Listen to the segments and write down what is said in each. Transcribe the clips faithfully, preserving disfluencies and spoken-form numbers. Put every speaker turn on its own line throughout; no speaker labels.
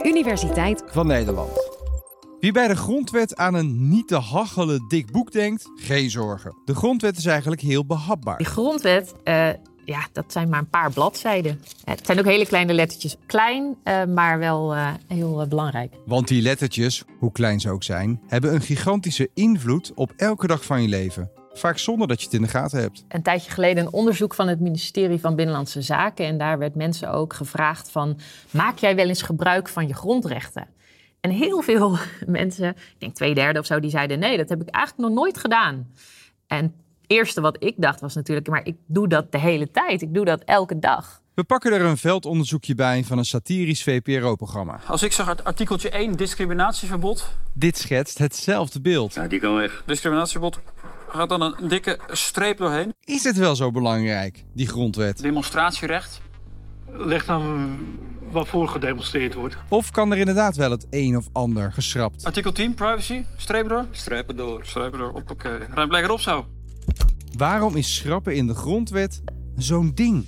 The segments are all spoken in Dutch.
Universiteit
van Nederland. Wie bij de grondwet aan een niet te hachelen dik boek denkt, geen zorgen. De grondwet is eigenlijk heel behapbaar.
Die grondwet, uh, ja, dat zijn maar een paar bladzijden. Het zijn ook hele kleine lettertjes. Klein, uh, maar wel uh, heel uh, belangrijk.
Want die lettertjes, hoe klein ze ook zijn, hebben een gigantische invloed op elke dag van je leven. Vaak zonder dat je het in de gaten hebt.
Een tijdje geleden een onderzoek van het ministerie van Binnenlandse Zaken. En daar werd mensen ook gevraagd van, maak jij wel eens gebruik van je grondrechten? En heel veel mensen, ik denk twee derde of zo, die zeiden nee, dat heb ik eigenlijk nog nooit gedaan. En het eerste wat ik dacht was natuurlijk, maar ik doe dat de hele tijd. Ik doe dat elke dag.
We pakken er een veldonderzoekje bij van een satirisch V P R O-programma.
Als ik zeg artikeltje één, discriminatieverbod.
Dit schetst hetzelfde beeld.
Ja, die kan weg. Discriminatieverbod. Gaat dan een dikke streep doorheen.
Is het wel zo belangrijk, die grondwet?
Demonstratierecht.
Ligt aan waarvoor gedemonstreerd wordt.
Of kan er inderdaad wel het een of ander geschrapt?
Artikel tien, privacy. Strepen door. Strepen door. Strepen door. Oké. Ruim blijf erop zo.
Waarom is schrappen in de grondwet zo'n ding?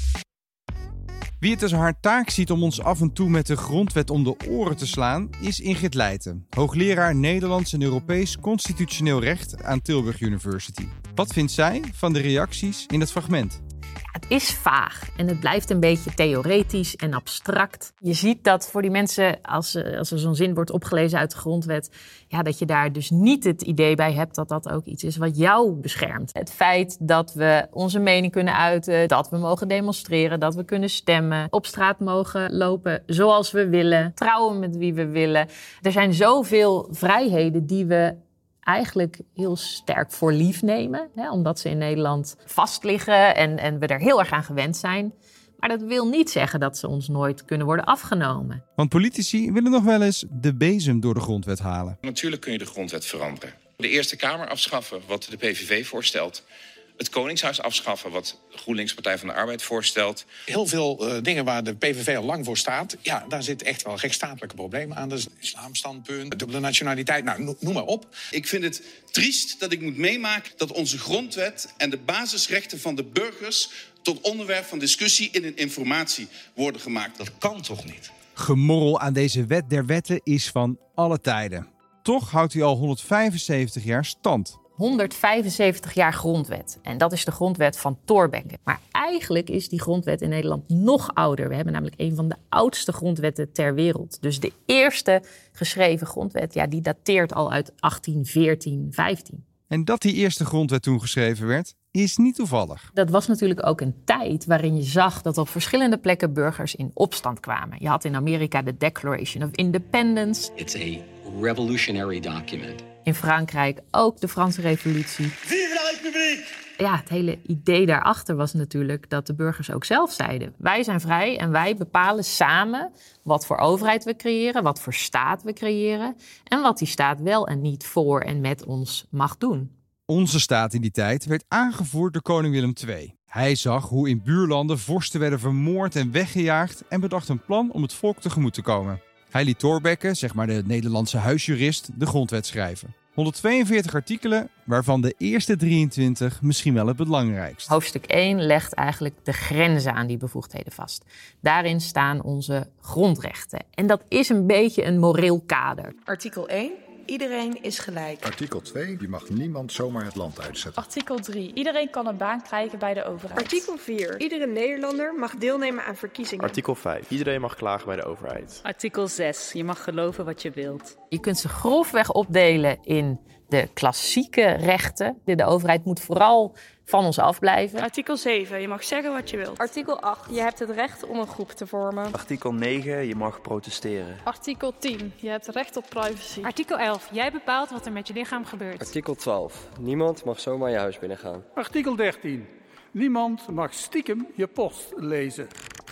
Wie het als haar taak ziet om ons af en toe met de grondwet om de oren te slaan, is Ingrid Leijten, hoogleraar Nederlands en Europees Constitutioneel Recht aan Tilburg University. Wat vindt zij van de reacties in het fragment?
Het is vaag en het blijft een beetje theoretisch en abstract. Je ziet dat voor die mensen, als, als er zo'n zin wordt opgelezen uit de grondwet, ja, dat je daar dus niet het idee bij hebt dat dat ook iets is wat jou beschermt. Het feit dat we onze mening kunnen uiten, dat we mogen demonstreren, dat we kunnen stemmen, op straat mogen lopen zoals we willen, trouwen met wie we willen. Er zijn zoveel vrijheden die we eigenlijk heel sterk voor lief nemen, hè, omdat ze in Nederland vastliggen en, en we er heel erg aan gewend zijn. Maar dat wil niet zeggen dat ze ons nooit kunnen worden afgenomen.
Want politici willen nog wel eens de bezem door de grondwet halen.
Natuurlijk kun je de grondwet veranderen. De Eerste Kamer afschaffen, wat de P V V voorstelt. Het Koningshuis afschaffen, wat de GroenLinks Partij van de Arbeid voorstelt.
Heel veel uh, dingen waar de P V V al lang voor staat, ja, daar zitten echt wel rechtsstatelijke problemen aan. Dus islamstandpunt, dubbele nationaliteit, nou, no- noem maar op.
Ik vind het triest dat ik moet meemaken dat onze grondwet en de basisrechten van de burgers tot onderwerp van discussie in een informatie worden gemaakt.
Dat kan toch niet?
Gemorrel aan deze wet der wetten is van alle tijden. Toch houdt hij al honderdvijfenzeventig jaar stand.
honderdvijfenzeventig jaar grondwet. En dat is de grondwet van Thorbecke. Maar eigenlijk is die grondwet in Nederland nog ouder. We hebben namelijk een van de oudste grondwetten ter wereld. Dus de eerste geschreven grondwet, ja, die dateert al uit achttien veertien, vijftien.
En dat die eerste grondwet toen geschreven werd, is niet toevallig.
Dat was natuurlijk ook een tijd waarin je zag dat op verschillende plekken burgers in opstand kwamen. Je had in Amerika de Declaration of Independence.
It's a revolutionary document.
In Frankrijk ook de Franse Revolutie.
Vive la République!
Ja, het hele idee daarachter was natuurlijk dat de burgers ook zelf zeiden: wij zijn vrij en wij bepalen samen wat voor overheid we creëren, wat voor staat we creëren en wat die staat wel en niet voor en met ons mag doen.
Onze staat in die tijd werd aangevoerd door koning Willem de Tweede. Hij zag hoe in buurlanden vorsten werden vermoord en weggejaagd en bedacht een plan om het volk tegemoet te komen. Hij liet Thorbecke, zeg maar de Nederlandse huisjurist, de grondwet schrijven. honderdtweeënveertig artikelen, waarvan de eerste drieëntwintig misschien wel het belangrijkst.
Hoofdstuk één legt eigenlijk de grenzen aan die bevoegdheden vast. Daarin staan onze grondrechten. En dat is een beetje een moreel kader.
Artikel één. Iedereen is gelijk.
Artikel twee. Je mag niemand zomaar het land uitzetten.
Artikel drie. Iedereen kan een baan krijgen bij de overheid.
Artikel vier. Iedere Nederlander mag deelnemen aan verkiezingen.
Artikel vijf. Iedereen mag klagen bij de overheid.
Artikel zes. Je mag geloven wat je wilt.
Je kunt ze grofweg opdelen in de klassieke rechten. De overheid moet vooral van ons afblijven.
Artikel zeven. Je mag zeggen wat je wilt.
Artikel acht. Je hebt het recht om een groep te vormen.
Artikel negen. Je mag protesteren.
Artikel tien. Je hebt recht op privacy.
Artikel elf. Jij bepaalt wat er met je lichaam gebeurt.
Artikel twaalf. Niemand mag zomaar je huis binnengaan.
Artikel dertien. Niemand mag stiekem je post lezen.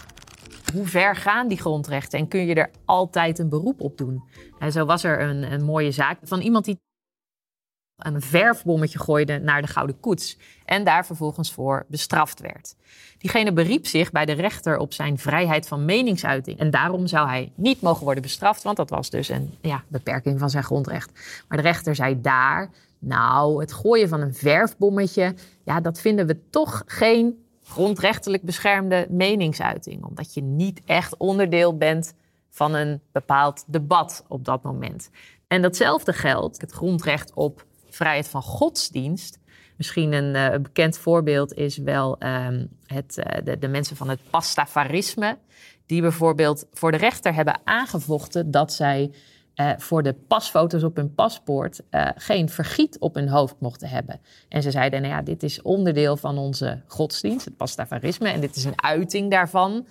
Hoe ver gaan die grondrechten en kun je er altijd een beroep op doen? En zo was er een, een mooie zaak van iemand die een verfbommetje gooide naar de Gouden Koets en daar vervolgens voor bestraft werd. Diegene beriep zich bij de rechter op zijn vrijheid van meningsuiting. En daarom zou hij niet mogen worden bestraft, want dat was dus een ja, beperking van zijn grondrecht. Maar de rechter zei daar, nou, het gooien van een verfbommetje, ja, dat vinden we toch geen grondrechtelijk beschermde meningsuiting. Omdat je niet echt onderdeel bent van een bepaald debat op dat moment. En datzelfde geldt, het grondrecht op vrijheid van godsdienst. Misschien een uh, bekend voorbeeld is wel um, het, uh, de, de mensen van het pastafarisme, die bijvoorbeeld voor de rechter hebben aangevochten dat zij uh, voor de pasfoto's op hun paspoort uh, geen vergiet op hun hoofd mochten hebben. En ze zeiden, nou ja, dit is onderdeel van onze godsdienst, het pastafarisme, en dit is een uiting daarvan.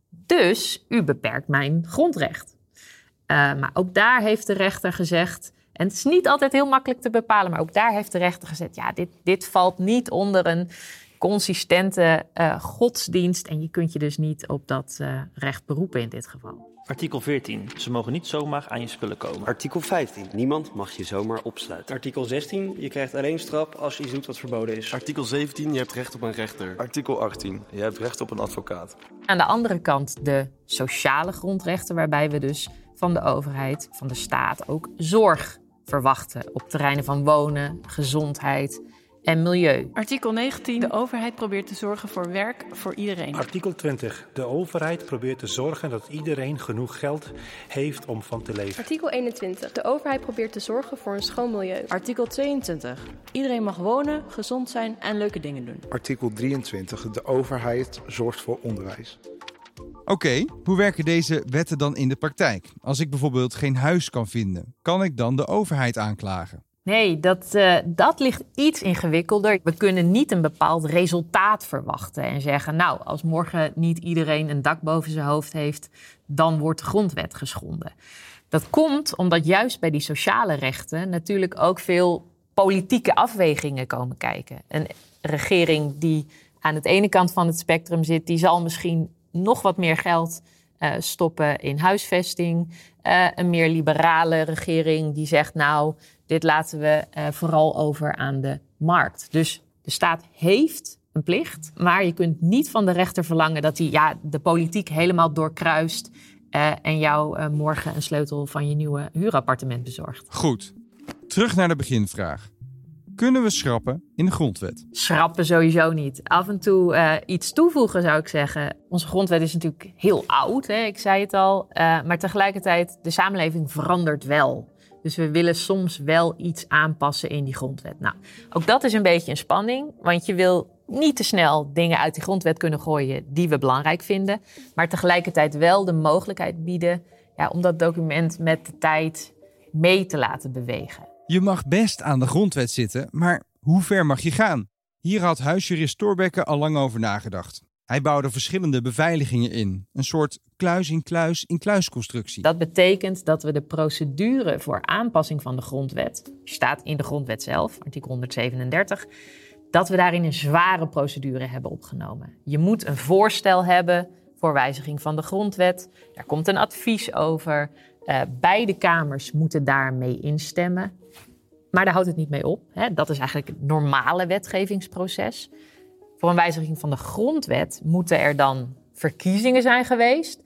Dus u beperkt mijn grondrecht. Uh, maar ook daar heeft de rechter gezegd, en het is niet altijd heel makkelijk te bepalen, maar ook daar heeft de rechter gezegd, ja, dit, dit valt niet onder een consistente uh, godsdienst en je kunt je dus niet op dat uh, recht beroepen in dit geval.
Artikel veertien. Ze mogen niet zomaar aan je spullen komen.
Artikel vijftien. Niemand mag je zomaar opsluiten.
Artikel zestien. Je krijgt alleen straf als je iets doet wat verboden is.
Artikel zeventien. Je hebt recht op een rechter.
Artikel achttien. Je hebt recht op een advocaat.
Aan de andere kant de sociale grondrechten, waarbij we dus van de overheid, van de staat ook zorg verwachten op terreinen van wonen, gezondheid en milieu.
Artikel negentien. De overheid probeert te zorgen voor werk voor iedereen.
Artikel twintig. De overheid probeert te zorgen dat iedereen genoeg geld heeft om van te leven.
Artikel eenentwintig. De overheid probeert te zorgen voor een schoon milieu.
Artikel tweeëntwintig. Iedereen mag wonen, gezond zijn en leuke dingen doen.
Artikel drieëntwintig. De overheid zorgt voor onderwijs.
Oké, okay, hoe werken deze wetten dan in de praktijk? Als ik bijvoorbeeld geen huis kan vinden, kan ik dan de overheid aanklagen?
Nee, dat, uh, dat ligt iets ingewikkelder. We kunnen niet een bepaald resultaat verwachten en zeggen, nou, als morgen niet iedereen een dak boven zijn hoofd heeft, dan wordt de grondwet geschonden. Dat komt omdat juist bij die sociale rechten natuurlijk ook veel politieke afwegingen komen kijken. Een regering die aan de ene kant van het spectrum zit, die zal misschien nog wat meer geld uh, stoppen in huisvesting. Uh, een meer liberale regering die zegt, nou, dit laten we uh, vooral over aan de markt. Dus de staat heeft een plicht, maar je kunt niet van de rechter verlangen dat hij ja, de politiek helemaal doorkruist uh, en jou uh, morgen een sleutel van je nieuwe huurappartement bezorgt.
Goed, terug naar de beginvraag. Kunnen we schrappen in de grondwet?
Schrappen sowieso niet. Af en toe uh, iets toevoegen zou ik zeggen. Onze grondwet is natuurlijk heel oud, hè? Ik zei het al. Uh, maar tegelijkertijd, de samenleving verandert wel. Dus we willen soms wel iets aanpassen in die grondwet. Nou, ook dat is een beetje een spanning. Want je wil niet te snel dingen uit die grondwet kunnen gooien die we belangrijk vinden. Maar tegelijkertijd wel de mogelijkheid bieden ja, om dat document met de tijd mee te laten bewegen.
Je mag best aan de grondwet zitten, maar hoe ver mag je gaan? Hier had huisjurist Thorbecke al lang over nagedacht. Hij bouwde verschillende beveiligingen in. Een soort kluis-in-kluis-in-kluis-constructie.
Dat betekent dat we de procedure voor aanpassing van de grondwet, staat in de grondwet zelf, artikel honderdzevenendertig, dat we daarin een zware procedure hebben opgenomen. Je moet een voorstel hebben voor wijziging van de grondwet. Daar komt een advies over. Uh, beide kamers moeten daarmee instemmen. Maar daar houdt het niet mee op. Hè. Dat is eigenlijk het normale wetgevingsproces. Voor een wijziging van de grondwet moeten er dan verkiezingen zijn geweest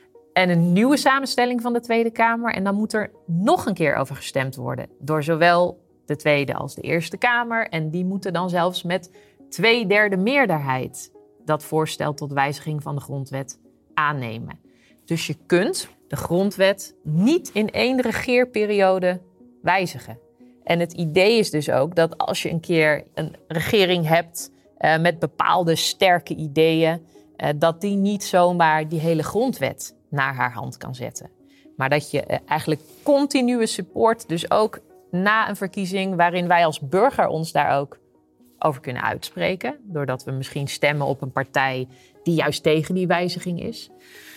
en een nieuwe samenstelling van de Tweede Kamer. En dan moet er nog een keer over gestemd worden door zowel de Tweede als de Eerste Kamer. En die moeten dan zelfs met twee derde meerderheid dat voorstel tot wijziging van de grondwet aannemen. Dus je kunt de grondwet niet in één regeerperiode wijzigen. En het idee is dus ook dat als je een keer een regering hebt uh, met bepaalde sterke ideeën, uh, dat die niet zomaar die hele grondwet naar haar hand kan zetten. Maar dat je uh, eigenlijk continue support, dus ook na een verkiezing waarin wij als burger ons daar ook over kunnen uitspreken, doordat we misschien stemmen op een partij die juist tegen die wijziging is.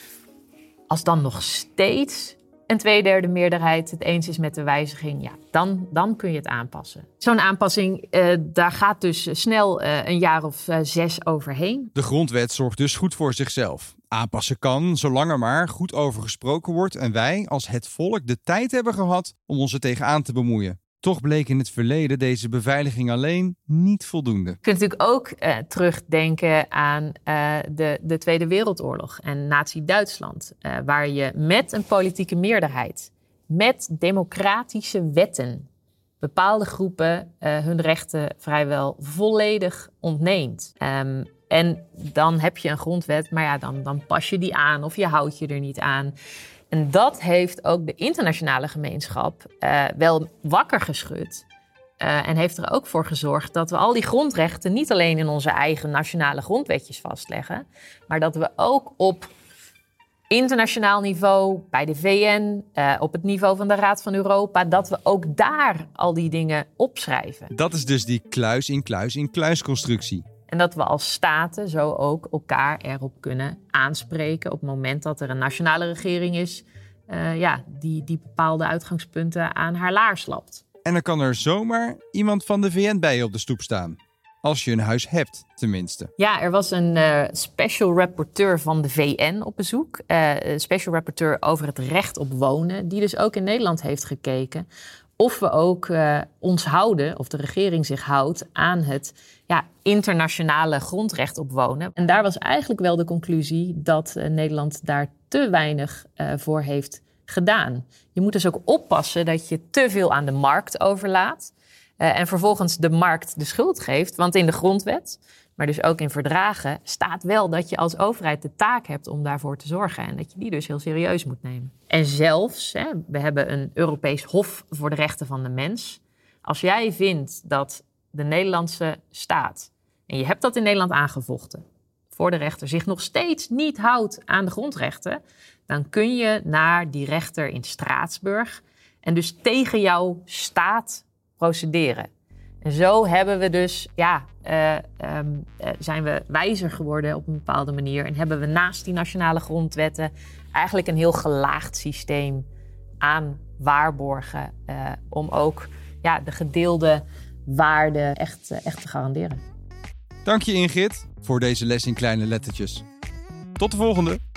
Als dan nog steeds een tweederde meerderheid het eens is met de wijziging, ja, dan, dan kun je het aanpassen. Zo'n aanpassing, uh, daar gaat dus snel uh, een jaar of uh, zes overheen.
De grondwet zorgt dus goed voor zichzelf. Aanpassen kan, zolang er maar goed over gesproken wordt en wij als het volk de tijd hebben gehad om ons er tegenaan te bemoeien. Toch bleek in het verleden deze beveiliging alleen niet voldoende.
Je kunt natuurlijk ook uh, terugdenken aan uh, de, de Tweede Wereldoorlog en Nazi-Duitsland. Uh, waar je met een politieke meerderheid, met democratische wetten, bepaalde groepen uh, hun rechten vrijwel volledig ontneemt. Um, en dan heb je een grondwet, maar ja, dan, dan pas je die aan of je houdt je er niet aan. En dat heeft ook de internationale gemeenschap uh, wel wakker geschud. Uh, en heeft er ook voor gezorgd dat we al die grondrechten niet alleen in onze eigen nationale grondwetjes vastleggen, maar dat we ook op internationaal niveau, bij de V N, uh, op het niveau van de Raad van Europa, dat we ook daar al die dingen opschrijven.
Dat is dus die kluis in kluis in kluis constructie.
En dat we als staten zo ook elkaar erop kunnen aanspreken op het moment dat er een nationale regering is uh, ja, die, die bepaalde uitgangspunten aan haar laars lapt.
En dan kan er zomaar iemand van de V N bij je op de stoep staan. Als je een huis hebt, tenminste.
Ja, er was een uh, special rapporteur van de V N op bezoek. Uh, een special rapporteur over het recht op wonen. Die dus ook in Nederland heeft gekeken of we ook uh, ons houden, of de regering zich houdt, aan het ja, internationale grondrecht op wonen. En daar was eigenlijk wel de conclusie dat uh, Nederland daar te weinig uh, voor heeft gedaan. Je moet dus ook oppassen dat je te veel aan de markt overlaat. Uh, en vervolgens de markt de schuld geeft. Want in de grondwet, maar dus ook in verdragen, staat wel dat je als overheid de taak hebt om daarvoor te zorgen. En dat je die dus heel serieus moet nemen. En zelfs, hè, we hebben een Europees Hof voor de Rechten van de Mens. Als jij vindt dat de Nederlandse staat, en je hebt dat in Nederland aangevochten, voor de rechter zich nog steeds niet houdt aan de grondrechten, dan kun je naar die rechter in Straatsburg en dus tegen jouw staat procederen. En zo hebben we dus, ja, uh, um, uh, zijn we wijzer geworden op een bepaalde manier. En hebben we naast die nationale grondwetten eigenlijk een heel gelaagd systeem aan waarborgen. Uh, om ook ja, de gedeelde waarde echt, uh, echt te garanderen.
Dank je Ingrid voor deze les in kleine lettertjes. Tot de volgende!